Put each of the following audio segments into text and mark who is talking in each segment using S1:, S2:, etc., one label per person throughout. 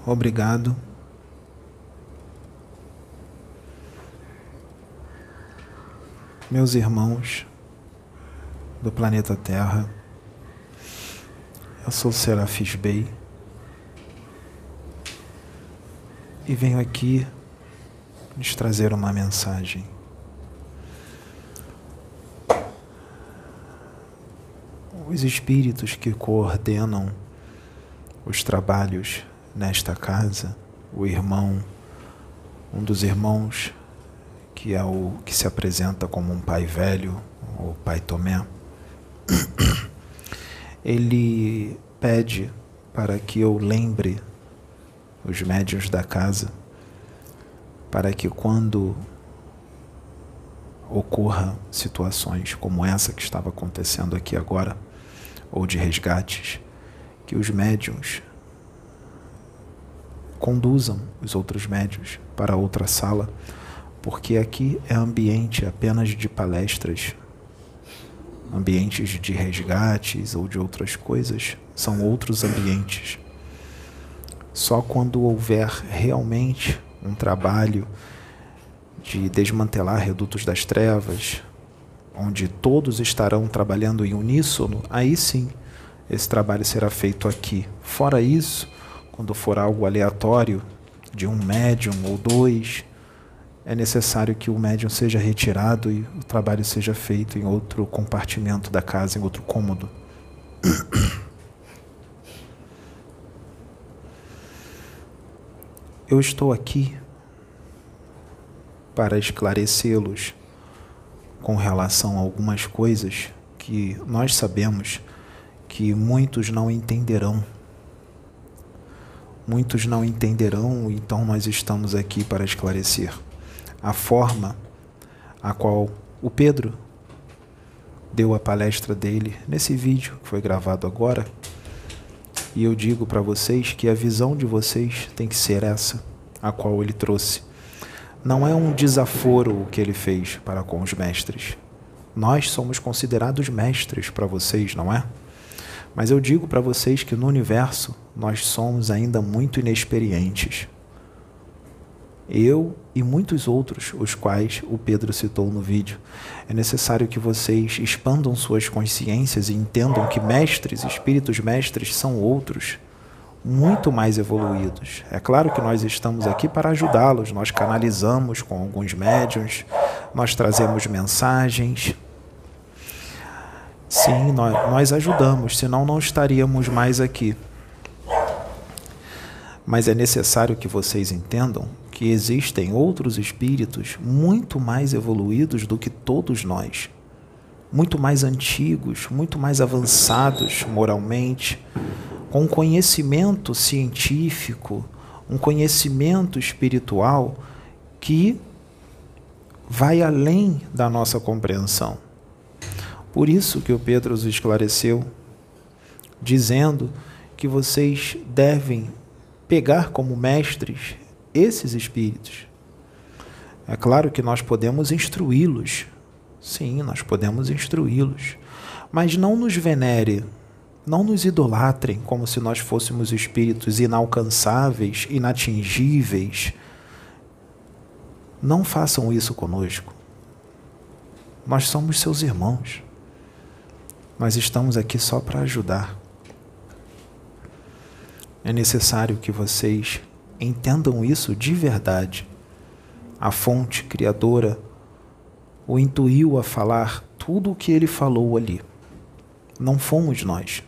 S1: Obrigado. Meus irmãos do planeta Terra, eu sou Serafis Bey e venho aqui lhes trazer uma mensagem. Os espíritos que coordenam os trabalhos nesta casa, um dos irmãos que é o que se apresenta como um pai velho, o pai Tomé, ele pede para que eu lembre os médiuns da casa, para que quando ocorra situações como essa que estava acontecendo aqui agora, ou de resgates, que os médiuns conduzam os outros médiuns para outra sala, porque aqui é ambiente apenas de palestras, ambientes de resgates ou de outras coisas, são outros ambientes. Só quando houver realmente um trabalho de desmantelar redutos das trevas, onde todos estarão trabalhando em uníssono, aí sim, esse trabalho será feito aqui. Fora isso, quando for algo aleatório, de um médium ou dois, é necessário que o médium seja retirado e o trabalho seja feito em outro compartimento da casa, em outro cômodo. Eu estou aqui para esclarecê-los com relação a algumas coisas que nós sabemos que muitos não entenderão. Muitos não entenderão, então nós estamos aqui para esclarecer. A forma a qual o Pedro deu a palestra dele nesse vídeo que foi gravado agora, e eu digo para vocês que a visão de vocês tem que ser essa, a qual ele trouxe. Não é um desaforo o que ele fez para com os mestres. Nós somos considerados mestres para vocês, não é? Mas eu digo para vocês que no universo nós somos ainda muito inexperientes. Eu e muitos outros, os quais o Pedro citou no vídeo. É necessário que vocês expandam suas consciências e entendam que mestres, espíritos mestres, são outros, muito mais evoluídos. É claro que nós estamos aqui para ajudá-los, nós canalizamos com alguns médiuns, nós trazemos mensagens. Sim, nós ajudamos, senão não estaríamos mais aqui. Mas é necessário que vocês entendam que existem outros espíritos muito mais evoluídos do que todos nós, muito mais antigos, muito mais avançados moralmente, com conhecimento científico, um conhecimento espiritual que vai além da nossa compreensão. Por isso que o Pedro os esclareceu, dizendo que vocês devem pegar como mestres esses espíritos. É claro que nós podemos instruí-los. Sim, nós podemos instruí-los. Mas não nos venere, não nos idolatrem como se nós fôssemos espíritos inalcançáveis, inatingíveis. Não façam isso conosco. Nós somos seus irmãos. Nós estamos aqui só para ajudar. É necessário que vocês entendam isso de verdade. A fonte criadora o intuiu a falar tudo o que ele falou ali. Não fomos nós.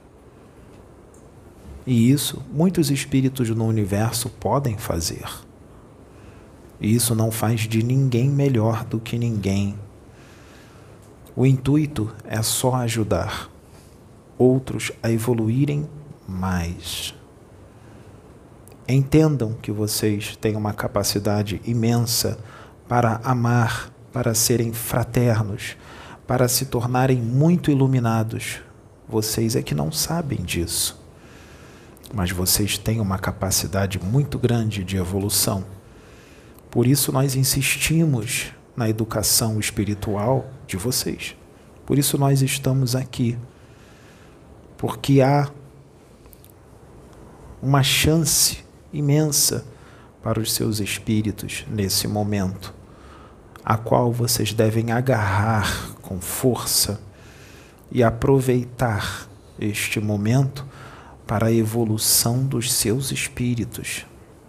S1: E isso muitos espíritos no universo podem fazer. E isso não faz de ninguém melhor do que ninguém. O intuito é só ajudar outros a evoluírem mais. Entendam que vocês têm uma capacidade imensa para amar, para serem fraternos, para se tornarem muito iluminados. Vocês é que não sabem disso. Mas vocês têm uma capacidade muito grande de evolução. Por isso nós insistimos na educação espiritual de vocês. Por isso nós estamos aqui. Porque há uma chance imensa para os seus espíritos nesse momento, a qual vocês devem agarrar com força e aproveitar este momento para a evolução dos seus espíritos.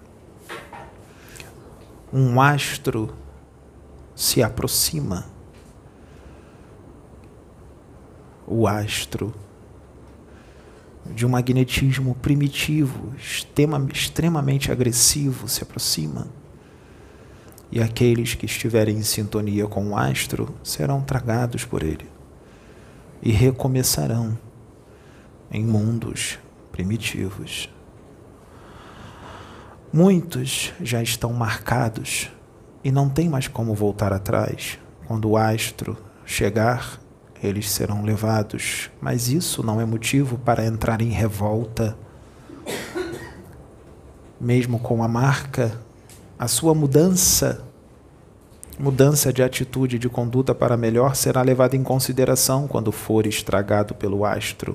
S1: Um astro se aproxima. O astro de um magnetismo primitivo, extremamente agressivo, se aproxima. E aqueles que estiverem em sintonia com o astro serão tragados por ele e recomeçarão em mundos primitivos. Muitos já estão marcados e não tem mais como voltar atrás. Quando o astro chegar, eles serão levados, mas isso não é motivo para entrar em revolta. Mesmo com a marca, a sua mudança de atitude e de conduta para melhor será levada em consideração quando for estragado pelo astro.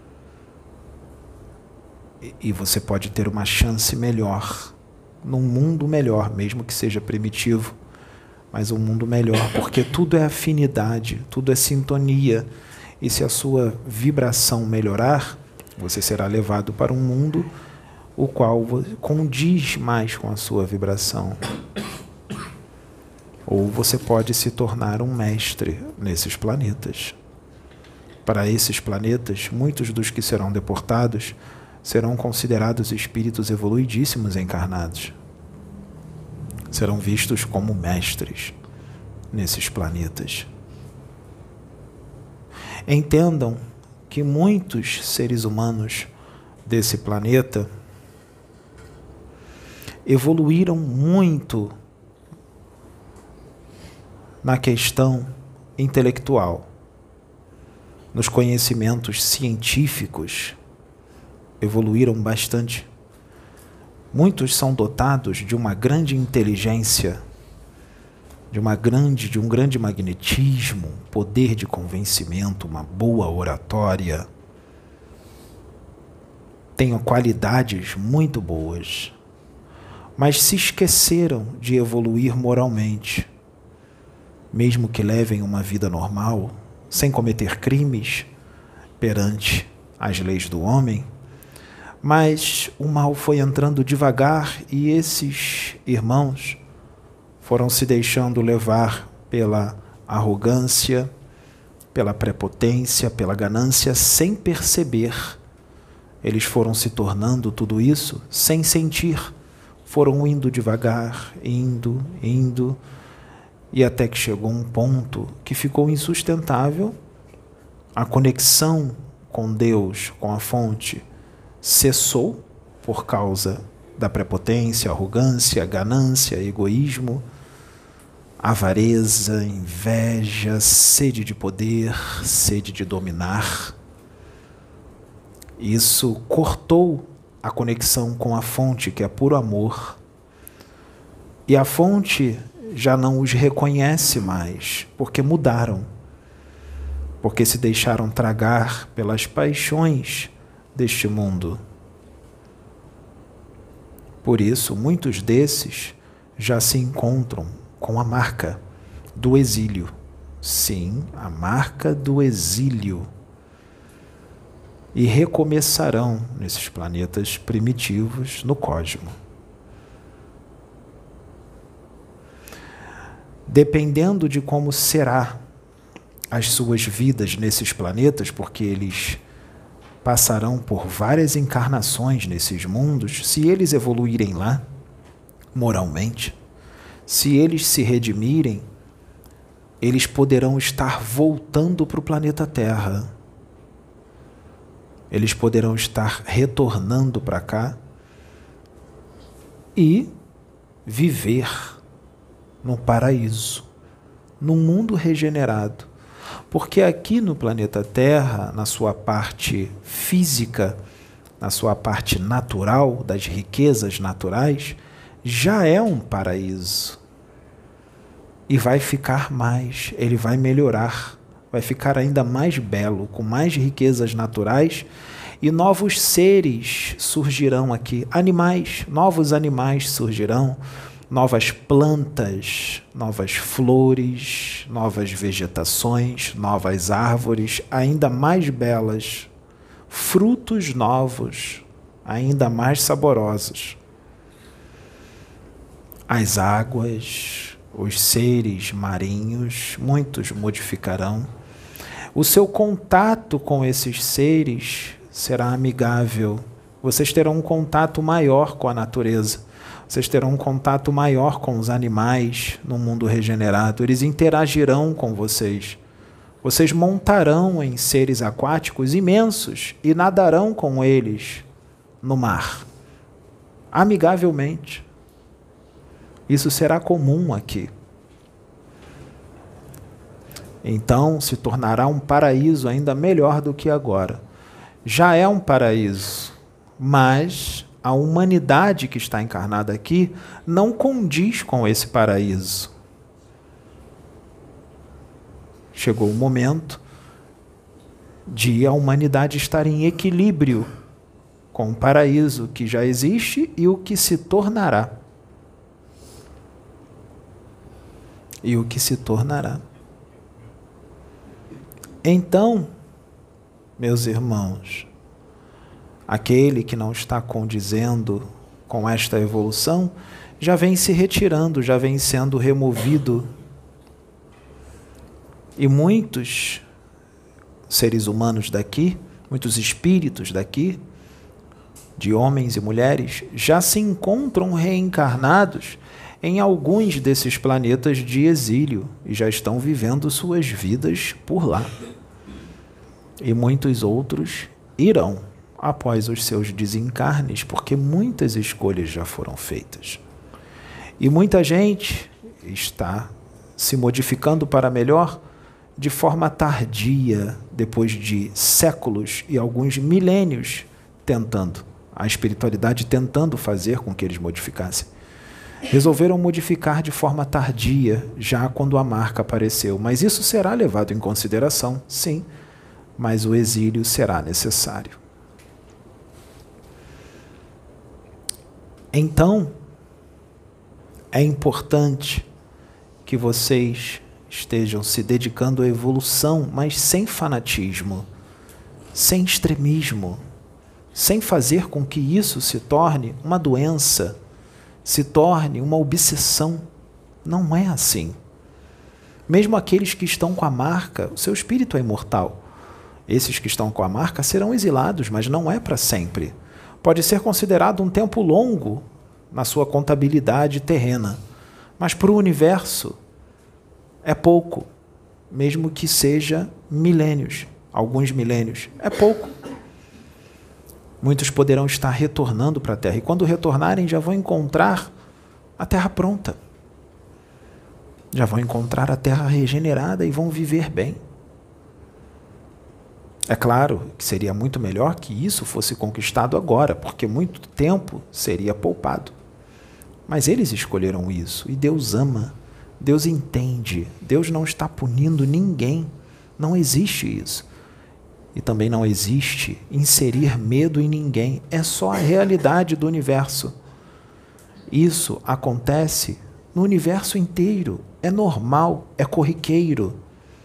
S1: E você pode ter uma chance melhor, num mundo melhor, mesmo que seja primitivo, mas um mundo melhor, porque tudo é afinidade, tudo é sintonia. E se a sua vibração melhorar, você será levado para um mundo o qual condiz mais com a sua vibração. Ou você pode se tornar um mestre nesses planetas. Para esses planetas, muitos dos que serão deportados serão considerados espíritos evoluidíssimos encarnados. Serão vistos como mestres nesses planetas. Entendam que muitos seres humanos desse planeta evoluíram muito na questão intelectual, nos conhecimentos científicos, evoluíram bastante. Muitos são dotados de uma grande inteligência, de um grande magnetismo, poder de convencimento, uma boa oratória. Têm qualidades muito boas, mas se esqueceram de evoluir moralmente. Mesmo que levem uma vida normal, sem cometer crimes perante as leis do homem, mas o mal foi entrando devagar e esses irmãos foram se deixando levar pela arrogância, pela prepotência, pela ganância, sem perceber. Eles foram se tornando tudo isso sem sentir. Foram indo devagar, indo, e até que chegou um ponto que ficou insustentável. A conexão com Deus, com a fonte, cessou por causa da prepotência, arrogância, ganância, egoísmo, avareza, inveja, sede de poder, sede de dominar. Isso cortou a conexão com a fonte, que é puro amor. E a fonte já não os reconhece mais, porque mudaram, porque se deixaram tragar pelas paixões deste mundo. Por isso, muitos desses já se encontram com a marca do exílio. Sim, a marca do exílio. E recomeçarão nesses planetas primitivos no cosmos. Dependendo de como será as suas vidas nesses planetas, porque eles passarão por várias encarnações nesses mundos, se eles evoluírem lá, moralmente, se eles se redimirem, eles poderão estar voltando para o planeta Terra. Eles poderão estar retornando para cá e viver no paraíso, num mundo regenerado. Porque aqui no planeta Terra, na sua parte física, na sua parte natural, das riquezas naturais, já é um paraíso. E vai ficar mais, ele vai melhorar, vai ficar ainda mais belo, com mais riquezas naturais e novos seres surgirão aqui, animais, novos animais surgirão, novas plantas, novas flores, novas vegetações, novas árvores ainda mais belas, frutos novos, ainda mais saborosos. As águas, os seres marinhos, muitos modificarão. O seu contato com esses seres será amigável. Vocês terão um contato maior com a natureza. Vocês terão um contato maior com os animais no mundo regenerado. Eles interagirão com vocês. Vocês montarão em seres aquáticos imensos e nadarão com eles no mar, amigavelmente. Isso será comum aqui. Então se tornará um paraíso ainda melhor do que agora. Já é um paraíso, mas a humanidade que está encarnada aqui não condiz com esse paraíso. Chegou o momento de a humanidade estar em equilíbrio com o paraíso que já existe e o que se tornará. E o que se tornará. Então, meus irmãos, aquele que não está condizendo com esta evolução já vem se retirando, já vem sendo removido. E muitos seres humanos daqui, muitos espíritos daqui, de homens e mulheres, já se encontram reencarnados em alguns desses planetas de exílio e já estão vivendo suas vidas por lá. E muitos outros irão após os seus desencarnes, porque muitas escolhas já foram feitas. E muita gente está se modificando para melhor de forma tardia, depois de séculos e alguns milênios tentando, a espiritualidade tentando fazer com que eles modificassem. Resolveram modificar de forma tardia, já quando a marca apareceu. Mas isso será levado em consideração, sim, mas o exílio será necessário. Então, é importante que vocês estejam se dedicando à evolução, mas sem fanatismo, sem extremismo, sem fazer com que isso se torne uma doença, se torne uma obsessão. Não é assim. Mesmo aqueles que estão com a marca, o seu espírito é imortal. Esses que estão com a marca serão exilados, mas não é para sempre. Pode ser considerado um tempo longo na sua contabilidade terrena, mas para o universo é pouco, mesmo que seja milênios, alguns milênios, é pouco. Muitos poderão estar retornando para a Terra, e quando retornarem já vão encontrar a Terra pronta. Já vão encontrar a Terra regenerada e vão viver bem. É claro que seria muito melhor que isso fosse conquistado agora, porque muito tempo seria poupado. Mas eles escolheram isso, e Deus ama, Deus entende, Deus não está punindo ninguém, não existe isso. E também não existe inserir medo em ninguém, é só a realidade do universo. Isso acontece no universo inteiro, é normal, é corriqueiro.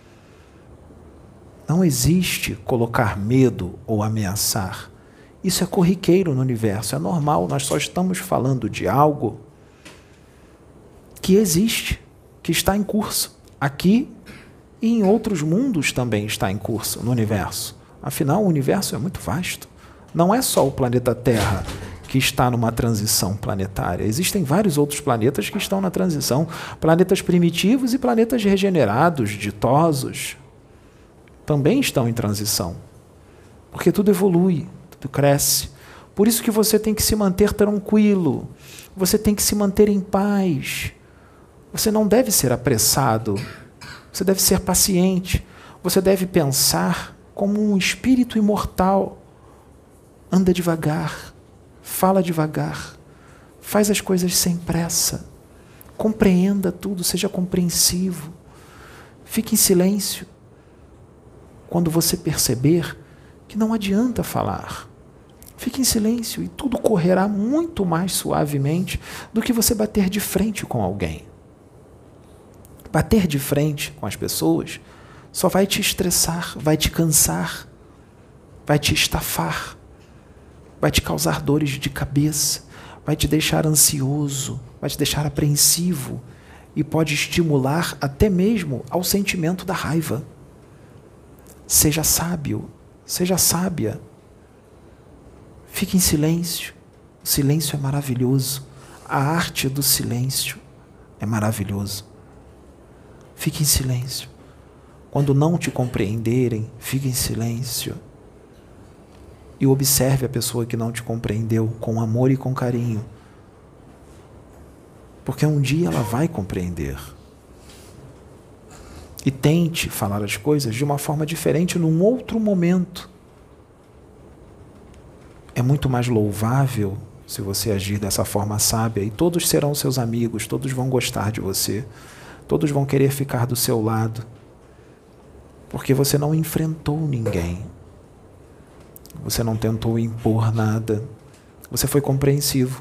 S1: Não existe colocar medo ou ameaçar. Isso é corriqueiro no universo, é normal, nós só estamos falando de algo que existe, que está em curso. Aqui e em outros mundos também está em curso no universo. Afinal, o universo é muito vasto. Não é só o planeta Terra que está numa transição planetária. Existem vários outros planetas que estão na transição. Planetas primitivos e planetas regenerados, ditosos, também estão em transição. Porque tudo evolui, tudo cresce. Por isso que você tem que se manter tranquilo. Você tem que se manter em paz. Você não deve ser apressado. Você deve ser paciente. Você deve pensar como um espírito imortal. Anda devagar, fala devagar, faz as coisas sem pressa, compreenda tudo, seja compreensivo, fique em silêncio. Quando você perceber que não adianta falar. Fique em silêncio e tudo correrá muito mais suavemente do que você bater de frente com alguém. Bater de frente com as pessoas só vai te estressar, vai te cansar, vai te estafar, vai te causar dores de cabeça, vai te deixar ansioso, vai te deixar apreensivo e pode estimular até mesmo ao sentimento da raiva. Seja sábio, seja sábia. Fique em silêncio. O silêncio é maravilhoso. A arte do silêncio é maravilhoso. Fique em silêncio. Quando não te compreenderem, fique em silêncio. E observe a pessoa que não te compreendeu com amor e com carinho. Porque um dia ela vai compreender. E tente falar as coisas de uma forma diferente num outro momento. É muito mais louvável se você agir dessa forma sábia e todos serão seus amigos, todos vão gostar de você, todos vão querer ficar do seu lado, porque você não enfrentou ninguém, você não tentou impor nada, você foi compreensivo.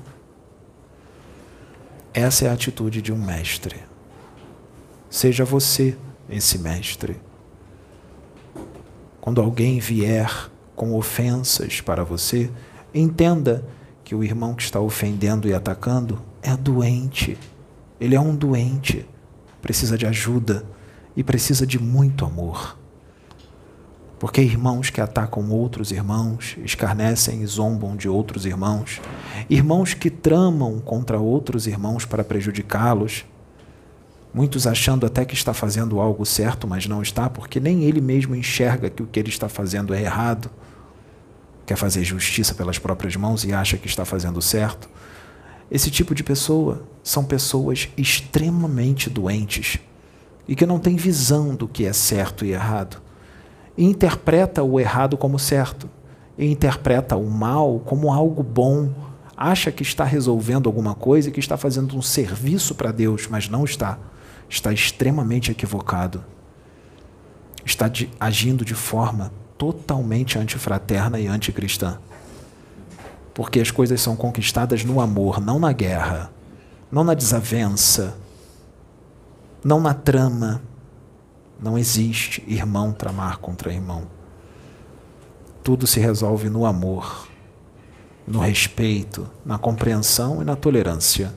S1: Essa é a atitude de um mestre. Seja você esse mestre. Quando alguém vier com ofensas para você, entenda que o irmão que está ofendendo e atacando é doente. Ele é um doente, precisa de ajuda e precisa de muito amor. Porque irmãos que atacam outros irmãos, escarnecem e zombam de outros irmãos, irmãos que tramam contra outros irmãos para prejudicá-los, muitos achando até que está fazendo algo certo, mas não está, porque nem ele mesmo enxerga que o que ele está fazendo é errado, quer fazer justiça pelas próprias mãos e acha que está fazendo certo. Esse tipo de pessoa são pessoas extremamente doentes e que não têm visão do que é certo e errado. E interpreta o errado como certo, e interpreta o mal como algo bom, acha que está resolvendo alguma coisa e que está fazendo um serviço para Deus, mas não está. Está extremamente equivocado. Está agindo de forma totalmente antifraterna e anticristã. Porque as coisas são conquistadas no amor, não na guerra, não na desavença, não na trama. Não existe irmão tramar contra irmão. Tudo se resolve no amor, no respeito, na compreensão e na tolerância.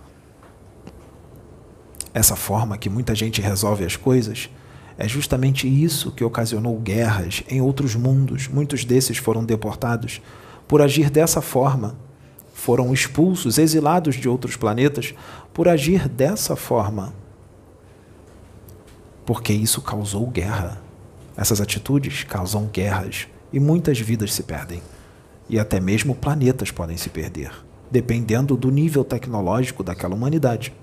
S1: Essa forma que muita gente resolve as coisas é justamente isso que ocasionou guerras em outros mundos. Muitos desses foram deportados por agir dessa forma. Foram expulsos, exilados de outros planetas por agir dessa forma. Porque isso causou guerra. Essas atitudes causam guerras e muitas vidas se perdem. E até mesmo planetas podem se perder, dependendo do nível tecnológico daquela humanidade.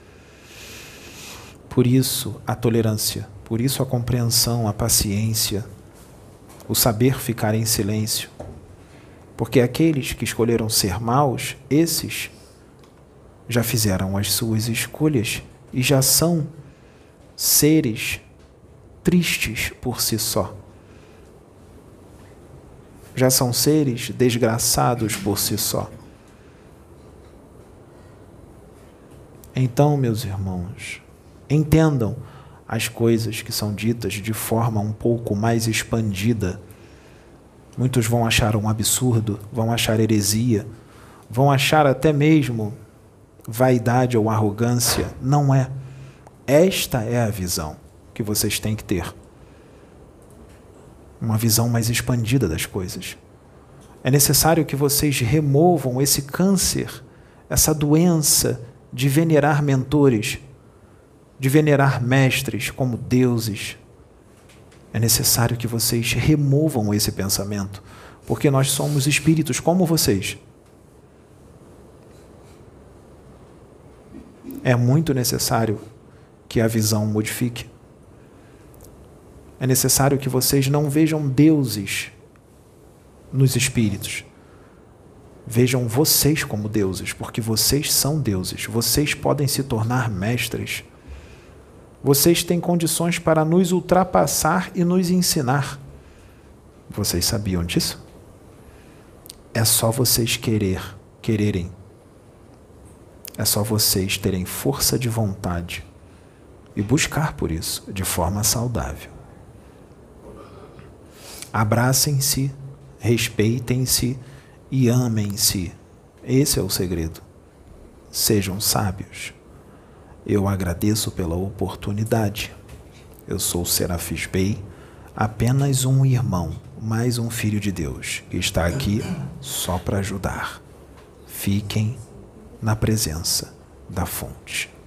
S1: Por isso, a tolerância, por isso a compreensão, a paciência, o saber ficar em silêncio. Porque aqueles que escolheram ser maus, esses já fizeram as suas escolhas e já são seres tristes por si só. Já são seres desgraçados por si só. Então, meus irmãos, entendam as coisas que são ditas de forma um pouco mais expandida. Muitos vão achar um absurdo, vão achar heresia, vão achar até mesmo vaidade ou arrogância. Não é. Esta é a visão que vocês têm que ter. Uma visão mais expandida das coisas. É necessário que vocês removam esse câncer, essa doença de venerar mentores, de venerar mestres como deuses. É necessário que vocês removam esse pensamento, porque nós somos espíritos como vocês. É muito necessário que a visão modifique. É necessário que vocês não vejam deuses nos espíritos. Vejam vocês como deuses, porque vocês são deuses. Vocês podem se tornar mestres. Vocês têm condições para nos ultrapassar e nos ensinar. Vocês sabiam disso? É só vocês quererem. É só vocês terem força de vontade e buscar por isso de forma saudável. Abracem-se, respeitem-se e amem-se. Esse é o segredo. Sejam sábios. Eu agradeço pela oportunidade. Eu sou Serafis Bey, apenas um irmão, mais um filho de Deus, que está aqui só para ajudar. Fiquem na presença da fonte.